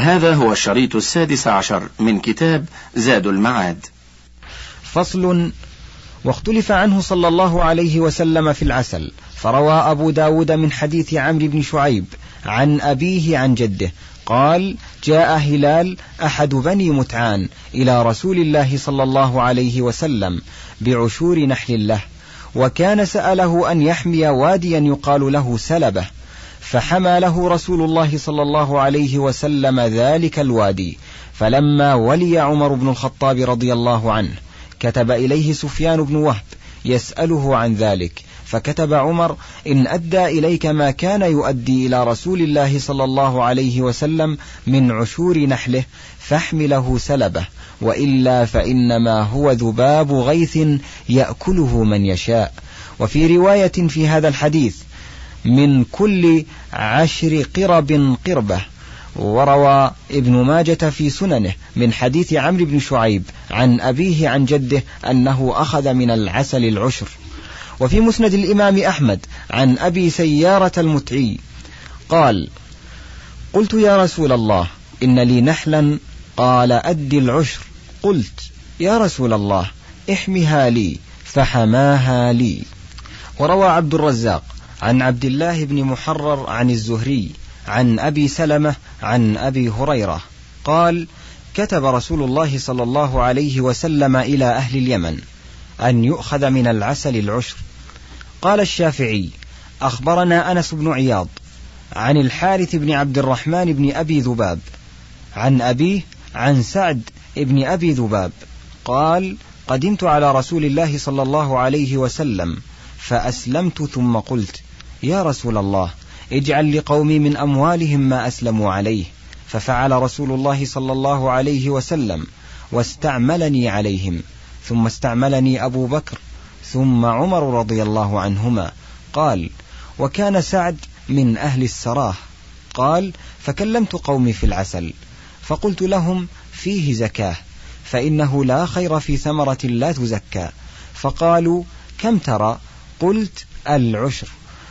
هذا هو الشريط 16 من كتاب زاد المعاد. فصل. واختلف عنه صلى الله عليه وسلم في العسل، فروى أبو داود من حديث عمرو بن شعيب عن أبيه عن جده قال: جاء هلال أحد بني متعان إلى رسول الله صلى الله عليه وسلم بعشور نحل له، وكان سأله أن يحمي واديا يقال له سلبة، فحمى له رسول الله صلى الله عليه وسلم ذلك الوادي. فلما ولي عمر بن الخطاب رضي الله عنه كتب إليه سفيان بن وهب يسأله عن ذلك، فكتب عمر: إن أدى إليك ما كان يؤدي إلى رسول الله صلى الله عليه وسلم من عشور نحله فاحمله سلبه، وإلا فإنما هو ذباب غيث يأكله من يشاء. وفي رواية في هذا الحديث: من كل 10 قرب قربة. وروى ابن ماجة في سننه من حديث عمرو بن شعيب عن أبيه عن جده أنه أخذ من العسل العشر. وفي مسند الإمام أحمد عن أبي سيارة المتعي قال: قلت يا رسول الله إن لي نحلا، قال: أد العشر. قلت: يا رسول الله احمها لي، فحماها لي. وروى عبد الرزاق عن عبد الله بن محرر عن الزهري عن أبي سلمة عن أبي هريرة قال: كتب رسول الله صلى الله عليه وسلم إلى أهل اليمن أن يؤخذ من العسل العشر. قال الشافعي: أخبرنا أنس بن عياض عن الحارث بن عبد الرحمن بن أبي ذباب عن أبيه عن سعد بن أبي ذباب قال: قدمت على رسول الله صلى الله عليه وسلم فأسلمت، ثم قلت: يا رسول الله اجعل لقومي من أموالهم ما أسلموا عليه. ففعل رسول الله صلى الله عليه وسلم واستعملني عليهم، ثم استعملني أبو بكر، ثم عمر رضي الله عنهما. قال: وكان سعد من أهل السراه. قال: فكلمت قومي في العسل فقلت لهم: فيه زكاة، فإنه لا خير في ثمرة لا تزكى. فقالوا: كم ترى؟ قلت: العشر.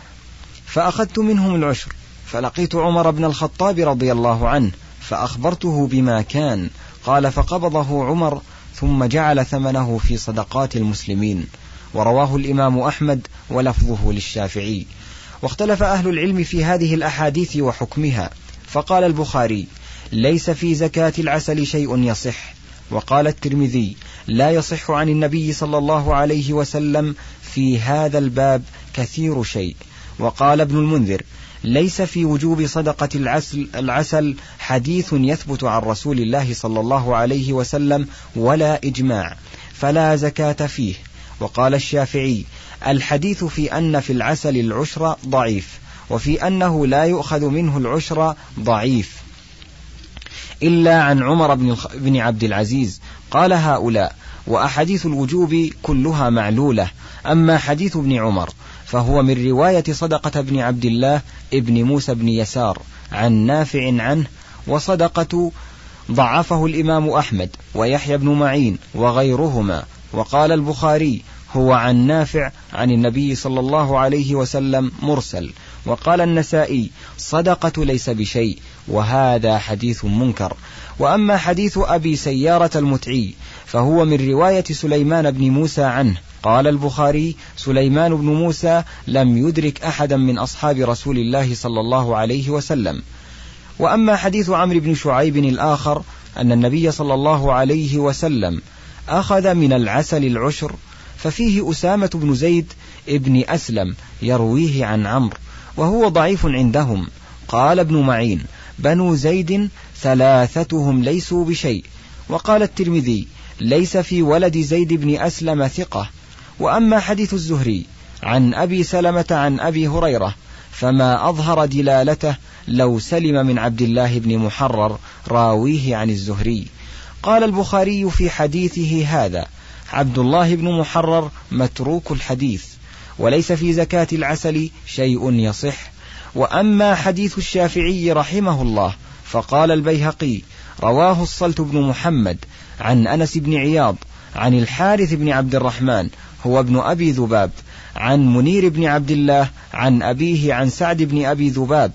فأخذت منهم العشر، فلقيت عمر بن الخطاب رضي الله عنه فأخبرته بما كان. قال: فقبضه عمر ثم جعل ثمنه في صدقات المسلمين. ورواه الإمام أحمد ولفظه للشافعي. واختلف أهل العلم في هذه الأحاديث وحكمها، فقال البخاري: ليس في زكاة العسل شيء يصح. وقال الترمذي: لا يصح عن النبي صلى الله عليه وسلم في هذا الباب كثير شيء. وقال ابن المنذر: ليس في وجوب صدقة العسل حديث يثبت عن رسول الله صلى الله عليه وسلم ولا إجماع، فلا زكاة فيه. وقال الشافعي: الحديث في أن في العسل العشر ضعيف، وفي أنه لا يؤخذ منه العشر ضعيف، إلا عن عمر بن عبد العزيز. قال هؤلاء: وأحاديث الوجوب كلها معلولة. أما حديث ابن عمر فهو من رواية صدقة بن عبد الله ابن موسى بن يسار عن نافع عنه. وصدقة ضعفه الإمام أحمد ويحيى بن معين وغيرهما. وقال البخاري: هو عن نافع عن النبي صلى الله عليه وسلم مرسل. وقال النسائي: صدقة ليس بشيء، وهذا حديث منكر. وأما حديث أبي سيارة المتعي فهو من رواية سليمان بن موسى عنه. قال البخاري: سليمان بن موسى لم يدرك أحدا من أصحاب رسول الله صلى الله عليه وسلم. وأما حديث عمرو بن شعيب الآخر أن النبي صلى الله عليه وسلم أخذ من العسل العشر، ففيه أسامة بن زيد ابن أسلم يرويه عن عمرو، وهو ضعيف عندهم. قال ابن معين: بنو زيد ثلاثتهم ليسوا بشيء. وقال الترمذي: ليس في ولد زيد بن أسلم ثقة. وأما حديث الزهري عن أبي سلمة عن أبي هريرة فما أظهر دلالته لو سلم من عبد الله بن محرر راويه عن الزهري. قال البخاري في حديثه هذا: عبد الله بن محرر متروك الحديث، وليس في زكاة العسل شيء يصح. وأما حديث الشافعي رحمه الله فقال البيهقي: رواه الصلت بن محمد عن أنس بن عياض عن الحارث بن عبد الرحمن هو ابن أبي ذباب عن منير بن عبد الله عن أبيه عن سعد بن أبي ذباب.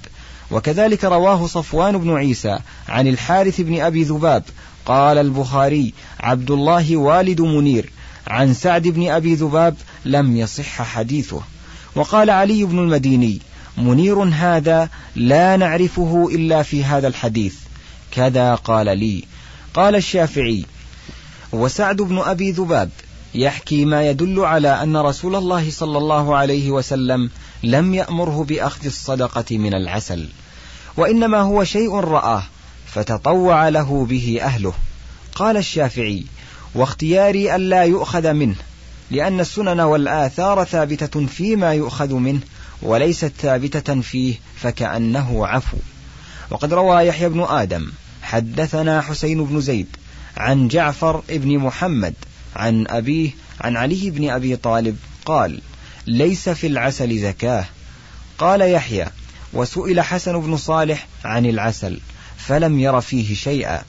وكذلك رواه صفوان بن عيسى عن الحارث بن أبي ذباب. قال البخاري: عبد الله والد منير. عن سعد بن أبي ذباب لم يصح حديثه. وقال علي بن المديني: منير هذا لا نعرفه إلا في هذا الحديث، كذا قال لي. قال الشافعي: وسعد بن أبي ذباب يحكي ما يدل على أن رسول الله صلى الله عليه وسلم لم يأمره بأخذ الصدقة من العسل، وإنما هو شيء رآه فتطوع له به أهله. قال الشافعي: واختياري ألا يؤخذ منه، لأن السنن والآثار ثابتة فيما يؤخذ منه وليست ثابتة فيه، فكأنه عفو. وقد روى يحيى بن آدم حدثنا حسين بن زيد عن جعفر بن محمد عن أبيه عن علي بن أبي طالب قال: ليس في العسل زكاة. قال يحيى: وسئل حسن بن صالح عن العسل فلم ير فيه شيئا.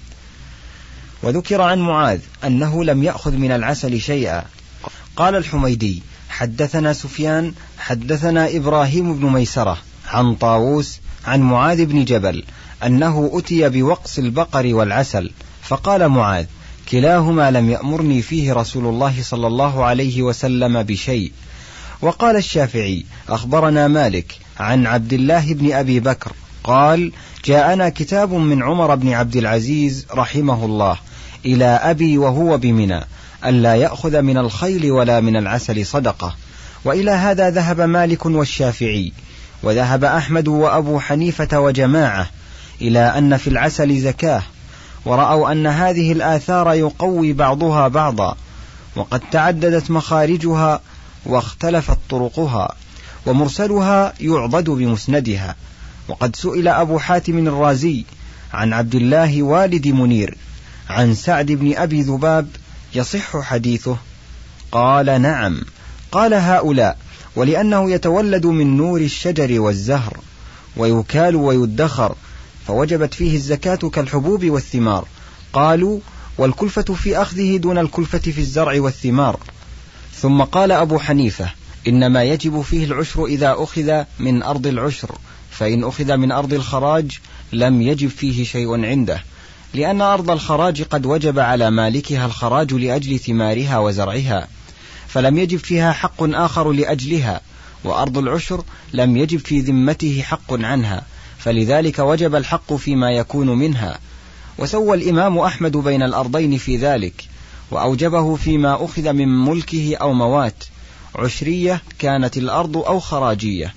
وذكر عن معاذ أنه لم يأخذ من العسل شيئا. قال الحميدي: حدثنا سفيان حدثنا إبراهيم بن ميسرة عن طاووس عن معاذ بن جبل أنه أتي بوقص البقر والعسل، فقال معاذ: كلاهما لم يأمرني فيه رسول الله صلى الله عليه وسلم بشيء. وقال الشافعي: أخبرنا مالك عن عبد الله بن أبي بكر قال: جاءنا كتاب من عمر بن عبد العزيز رحمه الله إلى أبي وهو بمنى ألا يأخذ من الخيل ولا من العسل صدقة. وإلى هذا ذهب مالك والشافعي، وذهب أحمد وأبو حنيفة وجماعة إلى أن في العسل زكاة، ورأوا أن هذه الآثار يقوي بعضها بعضا، وقد تعددت مخارجها واختلفت طرقها، ومرسلها يعضد بمسندها. وقد سئل أبو حاتم الرازي عن عبد الله والد منير عن سعد بن أبي ذباب: يصح حديثه؟ قال: نعم. قال هؤلاء: ولأنه يتولد من نور الشجر والزهر، ويكال ويدخر، فوجبت فيه الزكاة كالحبوب والثمار. قالوا: والكلفة في أخذه دون الكلفة في الزرع والثمار. ثم قال أبو حنيفة: إنما يجب فيه العشر إذا أخذ من أرض العشر، فإن أخذ من أرض الخراج لم يجب فيه شيء عنده، لأن أرض الخراج قد وجب على مالكها الخراج لأجل ثمارها وزرعها، فلم يجب فيها حق آخر لأجلها، وأرض العشر لم يجب في ذمته حق عنها، فلذلك وجب الحق فيما يكون منها. وسوى الإمام أحمد بين الأرضين في ذلك، وأوجبه فيما أخذ من ملكه أو موات، عشرية كانت الأرض أو خراجية.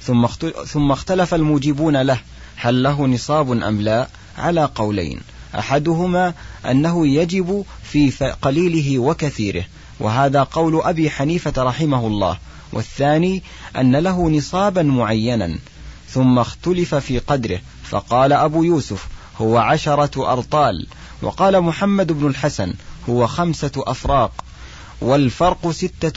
ثم اختلف الموجبون له هل له نصاب أم لا، على قولين: أحدهما أنه يجب في قليله وكثيره، وهذا قول أبي حنيفة رحمه الله، والثاني أن له نصابا معينا. ثم اختلف في قدره، فقال أبو يوسف: هو 10 أرطال، وقال محمد بن الحسن: هو 5 أفراق، والفرق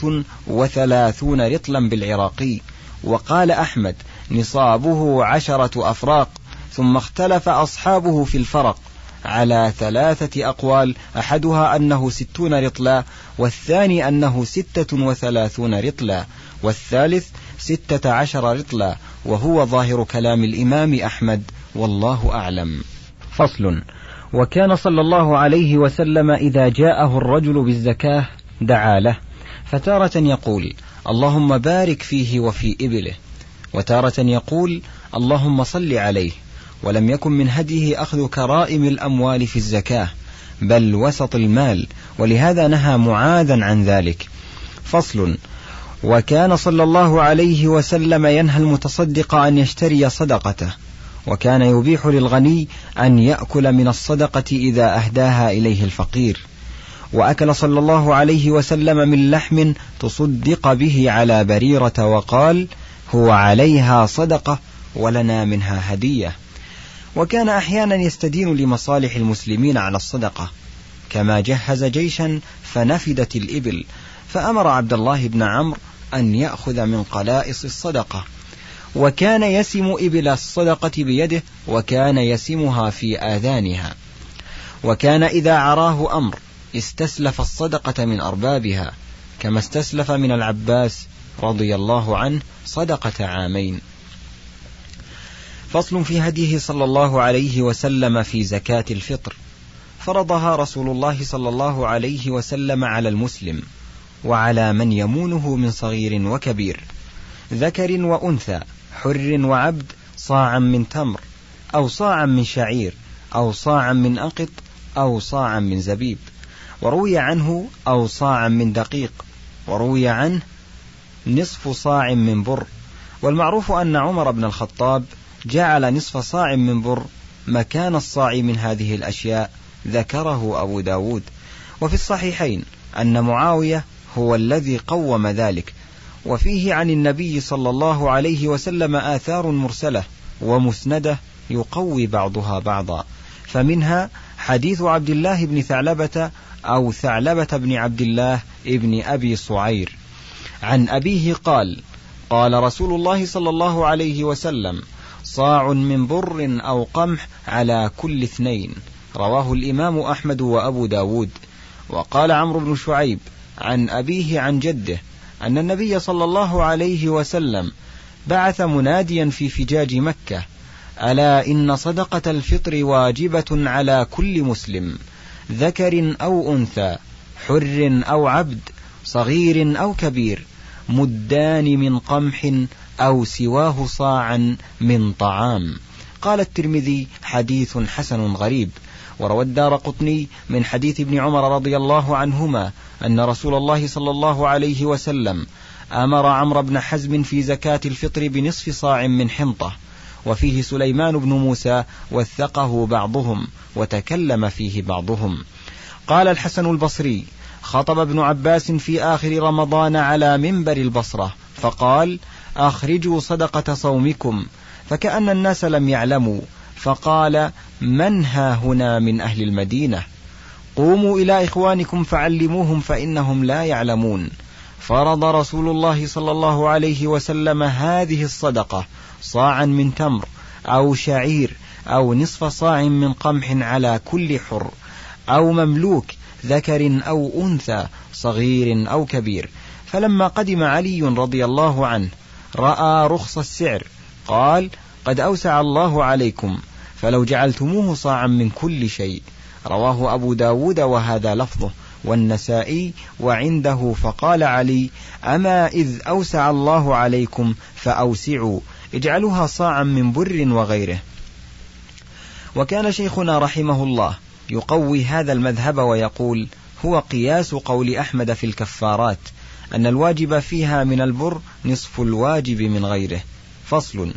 36 رطلا بالعراقي. وقال أحمد: نصابه 10 أفراق. ثم اختلف أصحابه في الفرق على 3 أقوال، أحدها أنه 60 رطلا، والثاني أنه 36 رطلا، والثالث 16 رطلا، وهو ظاهر كلام الإمام أحمد، والله أعلم. فصل. وكان صلى الله عليه وسلم إذا جاءه الرجل بالزكاة دعا له، فتارة يقول: اللهم بارك فيه وفي إبله، وتارة يقول: اللهم صل عليه. ولم يكن من هديه أخذ كرائم الأموال في الزكاة، بل وسط المال، ولهذا نهى معاذا عن ذلك. فصل. وكان صلى الله عليه وسلم ينهى المتصدق أن يشتري صدقته، وكان يبيح للغني أن يأكل من الصدقة إذا أهداها إليه الفقير. وأكل صلى الله عليه وسلم من لحم تصدق به على بريرة، وقال: هو عليها صدقة ولنا منها هدية. وكان أحيانا يستدين لمصالح المسلمين على الصدقة، كما جهز جيشا فنفدت الإبل، فأمر عبد الله بن عمرو أن يأخذ من قلائص الصدقة، وكان يسم إبل الصدقة بيده، وكان يسمها في آذانها. وكان إذا عراه أمر استسلف الصدقة من أربابها، كما استسلف من العباس رضي الله عنه صدقة عامين. فصل في هديه صلى الله عليه وسلم في زكاة الفطر. فرضها رسول الله صلى الله عليه وسلم على المسلم وعلى من يمونه من صغير وكبير، ذكر وأنثى، حر وعبد، صاعا من تمر أو صاعا من شعير أو صاعا من أقط أو صاعا من زبيب. وروي عنه أو صاعا من دقيق، وروي عنه نصف صاع من بر. والمعروف أن عمر بن الخطاب جعل نصف صاع من بر مكان الصاع من هذه الأشياء، ذكره أبو داود. وفي الصحيحين أن معاوية هو الذي قوم ذلك. وفيه عن النبي صلى الله عليه وسلم آثار مرسلة ومسندة يقوي بعضها بعضا، فمنها حديث عبد الله بن ثعلبة أو ثعلبة بن عبد الله ابن أبي صعير عن أبيه قال: قال رسول الله صلى الله عليه وسلم: صاع من بر أو قمح على كل 2. رواه الإمام أحمد وأبو داود. وقال عمرو بن شعيب عن أبيه عن جده أن النبي صلى الله عليه وسلم بعث مناديا في فجاج مكة: ألا إن صدقة الفطر واجبة على كل مسلم، ذكر أو أنثى، حر أو عبد، صغير أو كبير، مدان من قمح أو سواه صاعا من طعام. قال الترمذي: حديث حسن غريب. وروى الدارقطني من حديث ابن عمر رضي الله عنهما أن رسول الله صلى الله عليه وسلم أمر عمرو بن حزم في زكاة الفطر بنصف صاع من حنطة. وفيه سليمان بن موسى وثقه بعضهم وتكلم فيه بعضهم. قال الحسن البصري: خطب ابن عباس في آخر رمضان على منبر البصرة فقال: أخرجوا صدقة صومكم، فكأن الناس لم يعلموا، فقال: من ها هنا من أهل المدينة؟ قوموا إلى إخوانكم فعلموهم فإنهم لا يعلمون. فرض رسول الله صلى الله عليه وسلم هذه الصدقة صاعا من تمر أو شعير أو نصف صاع من قمح على كل حر أو مملوك، ذكر أو أنثى، صغير أو كبير. فلما قدم علي رضي الله عنه رأى رخص السعر قال: قد أوسع الله عليكم، فلو جعلتموه صاعا من كل شيء. رواه أبو داود وهذا لفظه، والنسائي وعنده. فقال علي: أما إذ أوسع الله عليكم فأوسعوا، اجعلوها صاعا من بر وغيره. وكان شيخنا رحمه الله يقوي هذا المذهب ويقول: هو قياس قول أحمد في الكفارات أن الواجب فيها من البر نصف الواجب من غيره. فصل.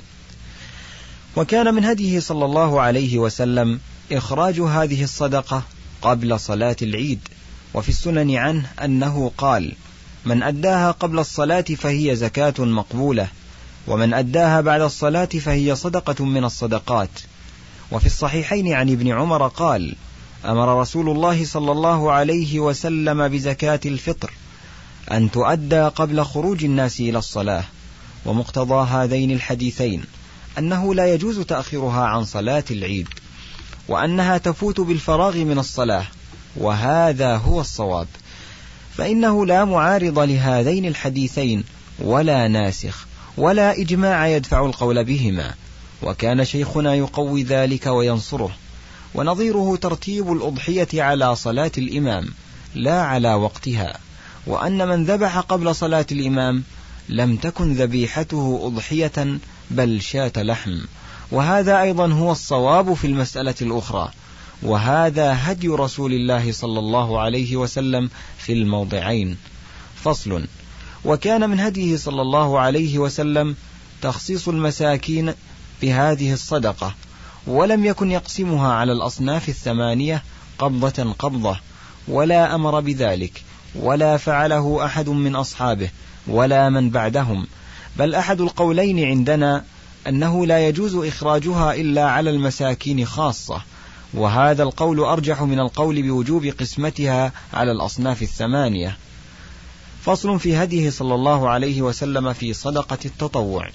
وكان من هديه صلى الله عليه وسلم إخراج هذه الصدقة قبل صلاة العيد. وفي السنن عنه أنه قال: من أداها قبل الصلاة فهي زكاة مقبولة، ومن أداها بعد الصلاة فهي صدقة من الصدقات. وفي الصحيحين عن ابن عمر قال: أمر رسول الله صلى الله عليه وسلم بزكاة الفطر أن تؤدى قبل خروج الناس إلى الصلاة. ومقتضى هذين الحديثين أنه لا يجوز تأخيرها عن صلاة العيد، وأنها تفوت بالفراغ من الصلاة، وهذا هو الصواب، فإنه لا معارض لهذين الحديثين ولا ناسخ ولا إجماع يدفع القول بهما. وكان شيخنا يقوي ذلك وينصره. ونظيره ترتيب الأضحية على صلاة الإمام لا على وقتها، وأن من ذبح قبل صلاة الإمام لم تكن ذبيحته أضحية بل شاة لحم، وهذا أيضا هو الصواب في المسألة الأخرى، وهذا هدي رسول الله صلى الله عليه وسلم في الموضعين. فصل. وكان من هديه صلى الله عليه وسلم تخصيص المساكين بهذه الصدقة، ولم يكن يقسمها على الأصناف 8 قبضة قبضة، ولا أمر بذلك، ولا فعله أحد من أصحابه ولا من بعدهم، بل أحد القولين عندنا أنه لا يجوز إخراجها إلا على المساكين خاصة، وهذا القول أرجح من القول بوجوب قسمتها على الأصناف 8. فصل في هديه صلى الله عليه وسلم في صدقة التطوع.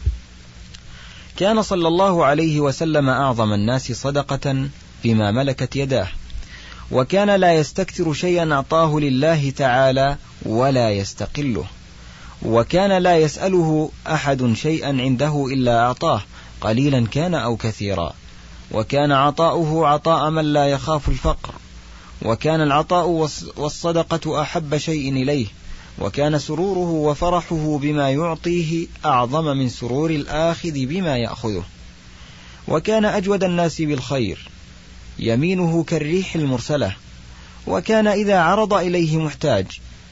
كان صلى الله عليه وسلم أعظم الناس صدقة بما ملكت يداه، وكان لا يستكثر شيئا أعطاه لله تعالى ولا يستقله، وكان لا يسأله أحد شيئا عنده إلا أعطاه. قليلا كان أو كثيرا، وكان عطاؤه عطاء من لا يخاف الفقر، وكان العطاء والصدقة أحب شيء إليه، وكان سروره وفرحه بما يعطيه أعظم من سرور الآخذ بما يأخذه، وكان أجود الناس بالخير، يمينه كالريح المرسلة، وكان إذا عرض إليه محتاج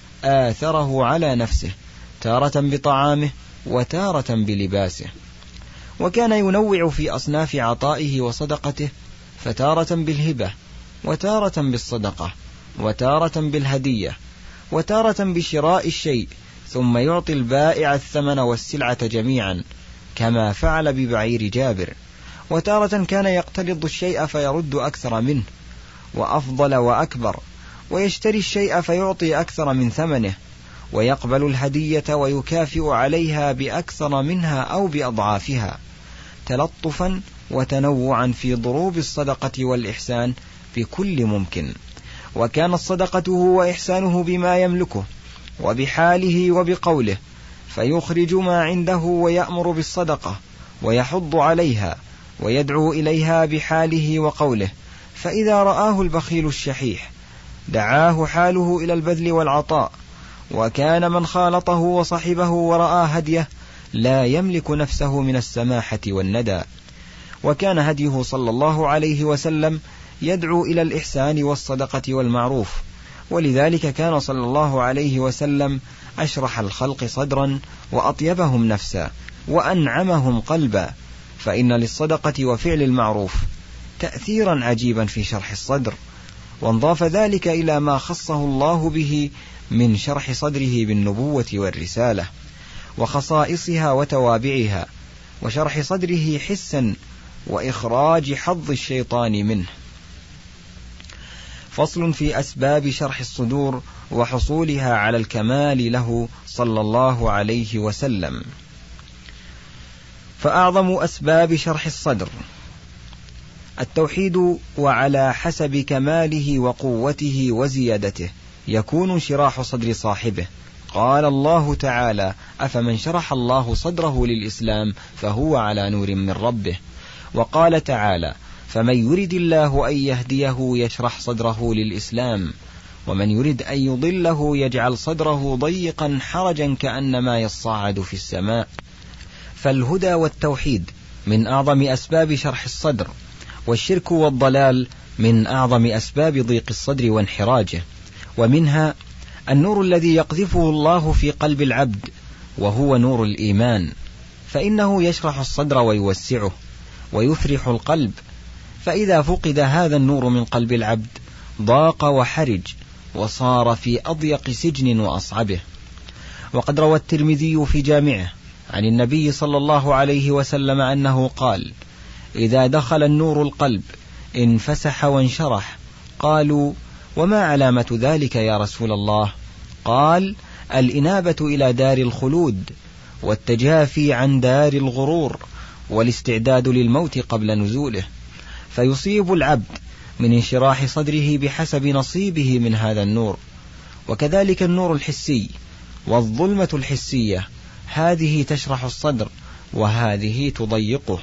آثره على نفسه، تارة بطعامه وتارة بلباسه، وكان ينوع في أصناف عطائه وصدقته، فتارة بالهبة، وتارة بالصدقة، وتارة بالهدية، وتارة بشراء الشيء ثم يعطي البائع الثمن والسلعة جميعا كما فعل ببعير جابر، وتارة كان يقترض الشيء فيرد أكثر منه وأفضل وأكبر، ويشتري الشيء فيعطي أكثر من ثمنه، ويقبل الهدية ويكافئ عليها بأكثر منها أو بأضعافها، تلطفا وتنوعا في ضروب الصدقة والإحسان بكل ممكن. وكانت صدقته وإحسانه بما يملكه وبحاله وبقوله، فيخرج ما عنده ويأمر بالصدقة ويحض عليها ويدعو إليها بحاله وقوله، فإذا رآه البخيل الشحيح دعاه حاله إلى البذل والعطاء. وكان من خالطه وصحبه ورأى هديه لا يملك نفسه من السماحة والندى. وكان هديه صلى الله عليه وسلم يدعو إلى الإحسان والصدقة والمعروف، ولذلك كان صلى الله عليه وسلم أشرح الخلق صدرا وأطيبهم نفسا وأنعمهم قلبا، فإن للصدقة وفعل المعروف تأثيرا عجيبا في شرح الصدر، وانضاف ذلك إلى ما خصه الله به من شرح صدره بالنبوة والرسالة وخصائصها وتوابعها، وشرح صدره حسا وإخراج حظ الشيطان منه. فصل في أسباب شرح الصدور وحصولها على الكمال له صلى الله عليه وسلم. فأعظم أسباب شرح الصدر التوحيد، وعلى حسب كماله وقوته وزيادته يكون انشراح صدر صاحبه. قال الله تعالى: أفمن شرح الله صدره للإسلام فهو على نور من ربه. وقال تعالى: فمن يرد الله أن يهديه يشرح صدره للإسلام، ومن يرد أن يضله يجعل صدره ضيقا حرجا كأنما يصعد في السماء. فالهدى والتوحيد من أعظم أسباب شرح الصدر، والشرك والضلال من أعظم أسباب ضيق الصدر وانحراجه. ومنها النور الذي يقذفه الله في قلب العبد، وهو نور الإيمان، فإنه يشرح الصدر ويوسعه ويفرح القلب، فإذا فقد هذا النور من قلب العبد ضاق وحرج وصار في أضيق سجن وأصعبه. وقد روى الترمذي في جامعه عن النبي صلى الله عليه وسلم أنه قال: إذا دخل النور القلب انفسح وانشرح. قالوا: وما علامة ذلك يا رسول الله؟ قال: الإنابة إلى دار الخلود، والتجافي عن دار الغرور، والاستعداد للموت قبل نزوله. فيصيب العبد من انشراح صدره بحسب نصيبه من هذا النور. وكذلك النور الحسي والظلمة الحسية، هذه تشرح الصدر وهذه تضيقه.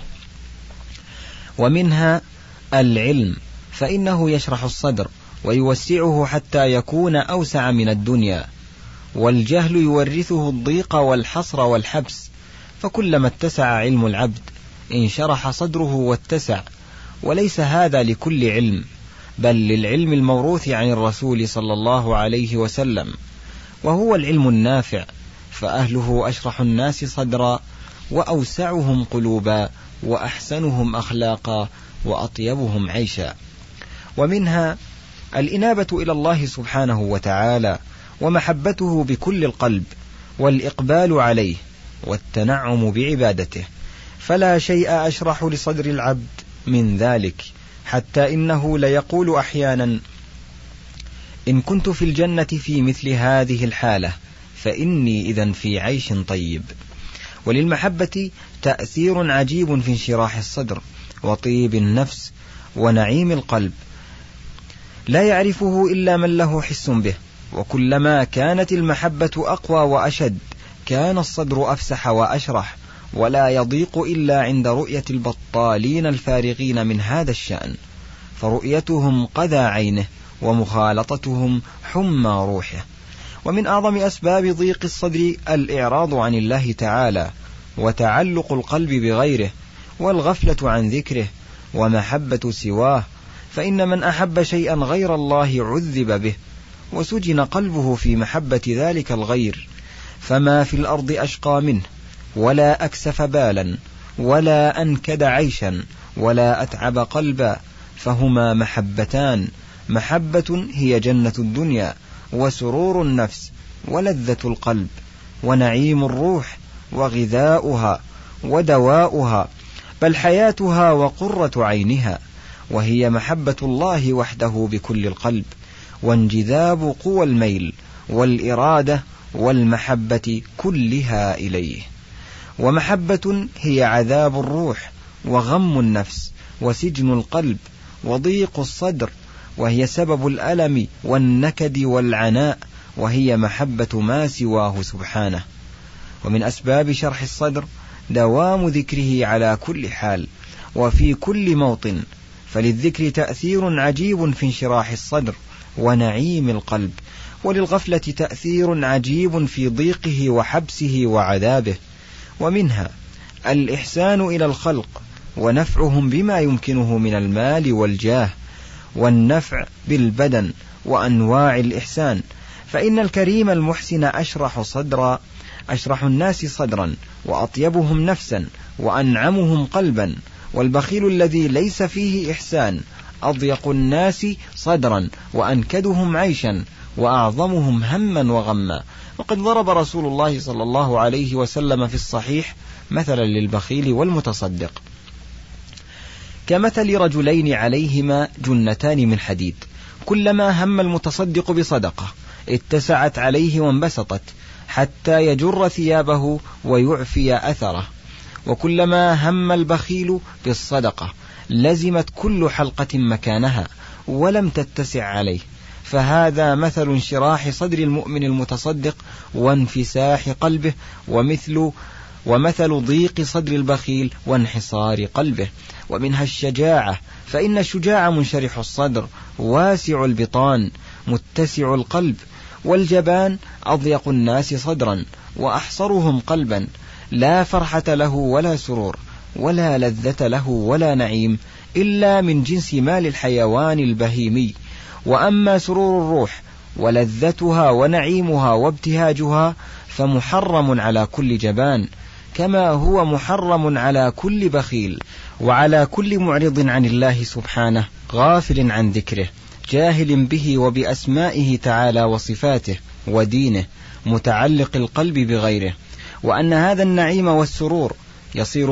ومنها العلم، فإنه يشرح الصدر ويوسعه حتى يكون أوسع من الدنيا. والجهل يورثه الضيق والحصر والحبس، فكلما اتسع علم العبد انشرح صدره واتسع. وليس هذا لكل علم، بل للعلم الموروث عن الرسول صلى الله عليه وسلم، وهو العلم النافع، فأهله أشرح الناس صدرا وأوسعهم قلوبا وأحسنهم أخلاقا وأطيبهم عيشا. ومنها الإنابة إلى الله سبحانه وتعالى ومحبته بكل القلب والإقبال عليه والتنعم بعبادته، فلا شيء أشرح لصدر العبد من ذلك، حتى إنه ليقول أحيانا: إن كنت في الجنة في مثل هذه الحالة فإني إذن في عيش طيب. وللمحبة تأثير عجيب في انشراح الصدر وطيب النفس ونعيم القلب، لا يعرفه إلا من له حس به. وكلما كانت المحبة أقوى وأشد كان الصدر أفسح وأشرح ولا يضيق إلا عند رؤية البطالين الفارغين من هذا الشأن، فرؤيتهم قذى عينه ومخالطتهم حمى روحه. ومن أعظم أسباب ضيق الصدر الإعراض عن الله تعالى، وتعلق القلب بغيره، والغفلة عن ذكره، ومحبة سواه، فإن من أحب شيئا غير الله عذب به، وسجن قلبه في محبة ذلك الغير، فما في الأرض أشقى منه، ولا أكسف بالا، ولا أنكد عيشا، ولا أتعب قلبا، فهما محبتان: محبة هي جنة الدنيا، وسرور النفس، ولذة القلب، ونعيم الروح، وغذاؤها، ودواؤها، بل حياتها وقرة عينها، وهي محبة الله وحده بكل القلب، وانجذاب قوى الميل والإرادة والمحبة كلها إليه. ومحبة هي عذاب الروح، وغم النفس، وسجن القلب، وضيق الصدر، وهي سبب الألم والنكد والعناء، وهي محبة ما سواه سبحانه. ومن أسباب شرح الصدر دوام ذكره على كل حال وفي كل موطن، فللذكر تأثير عجيب في انشراح الصدر ونعيم القلب، وللغفلة تأثير عجيب في ضيقه وحبسه وعذابه. ومنها الإحسان إلى الخلق، ونفعهم بما يمكنه من المال والجاه، والنفع بالبدن، وأنواع الإحسان، فإن الكريم المحسن أشرح الناس صدرا، وأطيبهم نفسا، وأنعمهم قلبا، والبخيل الذي ليس فيه إحسان أضيق الناس صدرا، وأنكدهم عيشا، وأعظمهم هما وغما. وقد ضرب رسول الله صلى الله عليه وسلم في الصحيح مثلا للبخيل والمتصدق كمثل رجلين عليهما جنتان من حديد، كلما هم المتصدق بصدقة اتسعت عليه وانبسطت حتى يجر ثيابه ويعفي أثره، وكلما هم البخيل بالصدقة لزمت كل حلقة مكانها ولم تتسع عليه. فهذا مثل انشراح صدر المؤمن المتصدق وانفساح قلبه، ومثل ضيق صدر البخيل وانحصار قلبه. ومنها الشجاعة، فإن الشجاع منشرح الصدر واسع البطان متسع القلب، والجبان أضيق الناس صدرا وأحصرهم قلبا، لا فرحة له ولا سرور، ولا لذة له ولا نعيم إلا من جنس مال الحيوان البهيمي. وأما سرور الروح ولذتها ونعيمها وابتهاجها فمحرم على كل جبان، كما هو محرم على كل بخيل، وعلى كل معرض عن الله سبحانه، غافل عن ذكره، جاهل به وبأسمائه تعالى وصفاته ودينه، متعلق القلب بغيره. وأن هذا النعيم والسرور يصير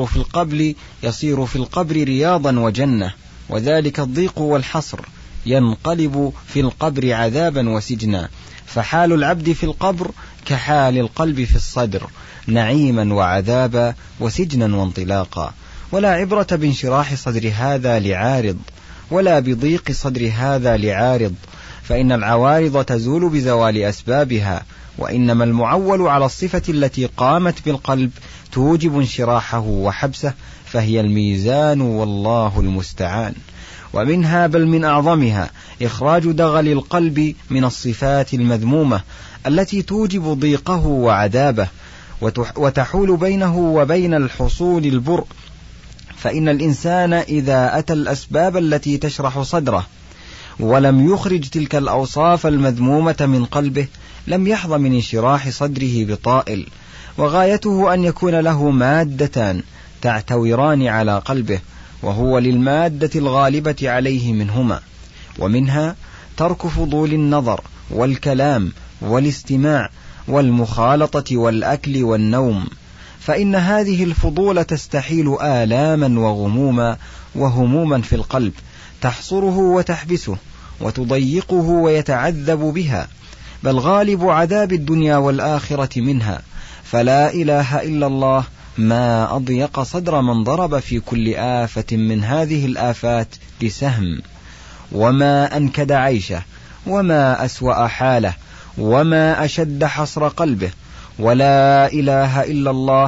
في القبر رياضا وجنة، وذلك الضيق والحصر ينقلب في القبر عذابا وسجنا، فحال العبد في القبر كحال القلب في الصدر، نعيما وعذابا وسجنا وانطلاقا. ولا عبرة بانشراح صدر هذا لعارض، ولا بضيق صدر هذا لعارض، فإن العوارض تزول بزوال أسبابها، وإنما المعول على الصفة التي قامت بالقلب توجب انشراحه وحبسه، فهي الميزان، والله المستعان. ومنها بل من أعظمها إخراج دغل القلب من الصفات المذمومة التي توجب ضيقه وعذابه، وتحول بينه وبين الحصول البرء. فإن الإنسان إذا أتى الأسباب التي تشرح صدره ولم يخرج تلك الأوصاف المذمومة من قلبه لم يحظى من انشراح صدره بطائل، وغايته أن يكون له مادتان تعتوران على قلبه، وهو للمادة الغالبة عليه منهما. ومنها ترك فضول النظر والكلام والاستماع والمخالطة والأكل والنوم، فإن هذه الفضول تستحيل آلاما وغموما وهموما في القلب، تحصره وتحبسه وتضيقه ويتعذب بها، بل غالب عذاب الدنيا والآخرة منها. فلا إله إلا الله ما أضيق صدر من ضرب في كل آفة من هذه الآفات بسهم، وما أنكد عيشه، وما أسوأ حاله، وما أشد حصر قلبه. ولا إله إلا الله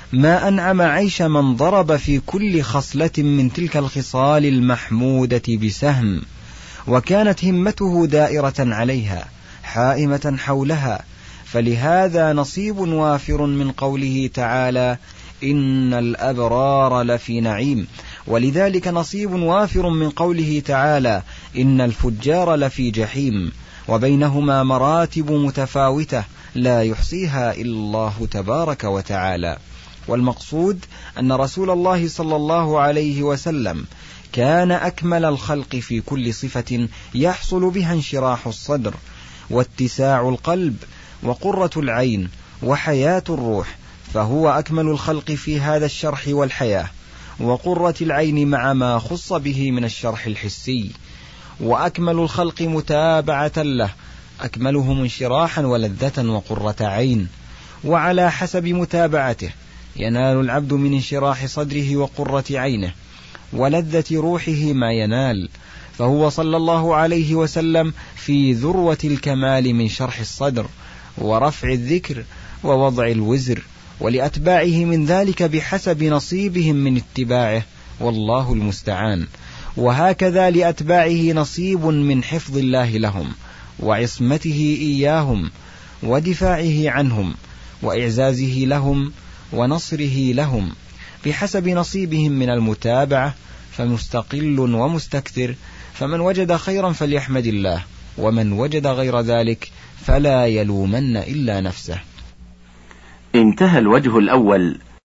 ما أنعم عيش من ضرب في كل خصلة من تلك الخصال المحمودة بسهم، وكانت همته دائرة عليها حائمة حولها. فلهذا نصيب وافر من قوله تعالى إن الأبرار لفي نعيم، ولذلك نصيب وافر من قوله تعالى إن الفجار لفي جحيم، وبينهما مراتب متفاوتة لا يحصيها إلا الله تبارك وتعالى. والمقصود أن رسول الله صلى الله عليه وسلم كان أكمل الخلق في كل صفة يحصل بها انشراح الصدر واتساع القلب وقرة العين وحياة الروح، فهو أكمل الخلق في هذا الشرح والحياة وقرة العين مع ما خص به من الشرح الحسي، وأكمل الخلق متابعة له أكملهم انشراحا ولذة وقرة عين. وعلى حسب متابعته ينال العبد من انشراح صدره وقرة عينه ولذة روحه ما ينال، فهو صلى الله عليه وسلم في ذروة الكمال من شرح الصدر ورفع الذكر ووضع الوزر، ولأتباعه من ذلك بحسب نصيبهم من اتباعه، والله المستعان. وهكذا لأتباعه نصيب من حفظ الله لهم وعصمته إياهم ودفاعه عنهم وإعزازه لهم ونصره لهم بحسب نصيبهم من المتابعة، فمستقل ومستكثر. فمن وجد خيرا فليحمد الله، ومن وجد غير ذلك فلا يلومن إلا نفسه. انتهى الوجه الأول.